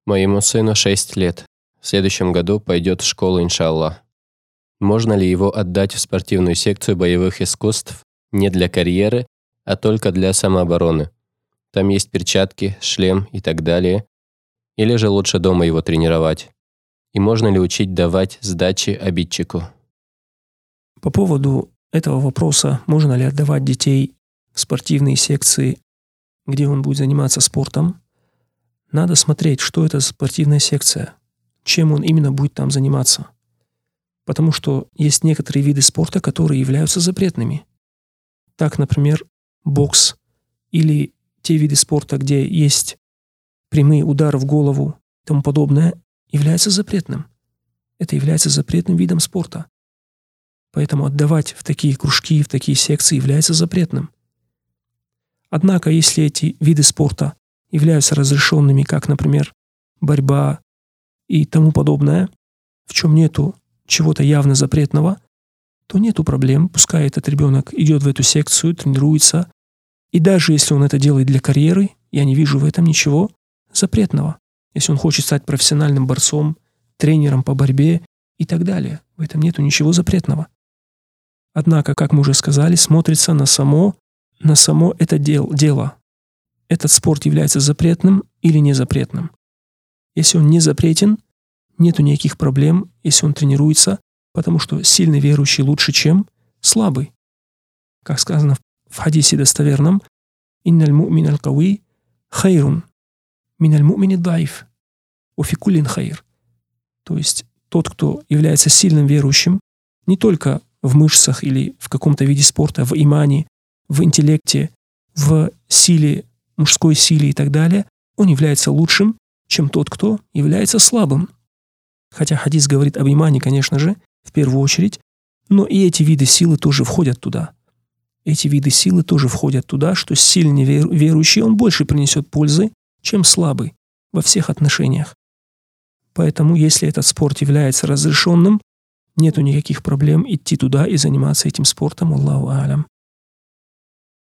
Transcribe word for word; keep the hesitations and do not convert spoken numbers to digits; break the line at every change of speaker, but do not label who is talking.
Моему сыну шесть лет. В следующем году пойдет в школу, иншаллах. Можно ли его отдать в спортивную секцию боевых искусств не для карьеры, а только для самообороны? Там есть перчатки, шлем и так далее. Или же лучше дома его тренировать? И можно ли учить давать сдачи обидчику?
По поводу этого вопроса, можно ли отдавать детей в спортивные секции, где он будет заниматься спортом, надо смотреть, что это за спортивная секция, чем он именно будет там заниматься. Потому что есть некоторые виды спорта, которые являются запретными. Так, например, бокс или те виды спорта, где есть прямые удары в голову и тому подобное, является запретным. Это является запретным видом спорта. Поэтому отдавать в такие кружки, в такие секции является запретным. Однако, если эти виды спорта являются разрешенными, как, например, борьба и тому подобное, в чем нету чего-то явно запретного, то нету проблем. Пускай этот ребенок идет в эту секцию, тренируется. И даже если он это делает для карьеры, я не вижу в этом ничего запретного. Если он хочет стать профессиональным борцом, тренером по борьбе и так далее, в этом нету ничего запретного. Однако, как мы уже сказали, смотрится на само, на само это дел, дело. Этот спорт является запретным или не запретным. Если он не запретен, нету никаких проблем, если он тренируется, потому что сильный верующий лучше, чем слабый. Как сказано в хадисе достоверном, «Инналь му'мин аль-кауи хайрун миналь му'мин ад-даиф, уфи куллин хайр». То есть тот, кто является сильным верующим, не только в мышцах или в каком-то виде спорта, в имане, в интеллекте, в силе, мужской силе и так далее, он является лучшим, чем тот, кто является слабым. Хотя хадис говорит об имане, конечно же, в первую очередь, но и эти виды силы тоже входят туда. Эти виды силы тоже входят туда, что сильный верующий, он больше принесет пользы, чем слабый во всех отношениях. Поэтому, если этот спорт является разрешенным, нету никаких проблем идти туда и заниматься этим спортом. Аллаху а'лям.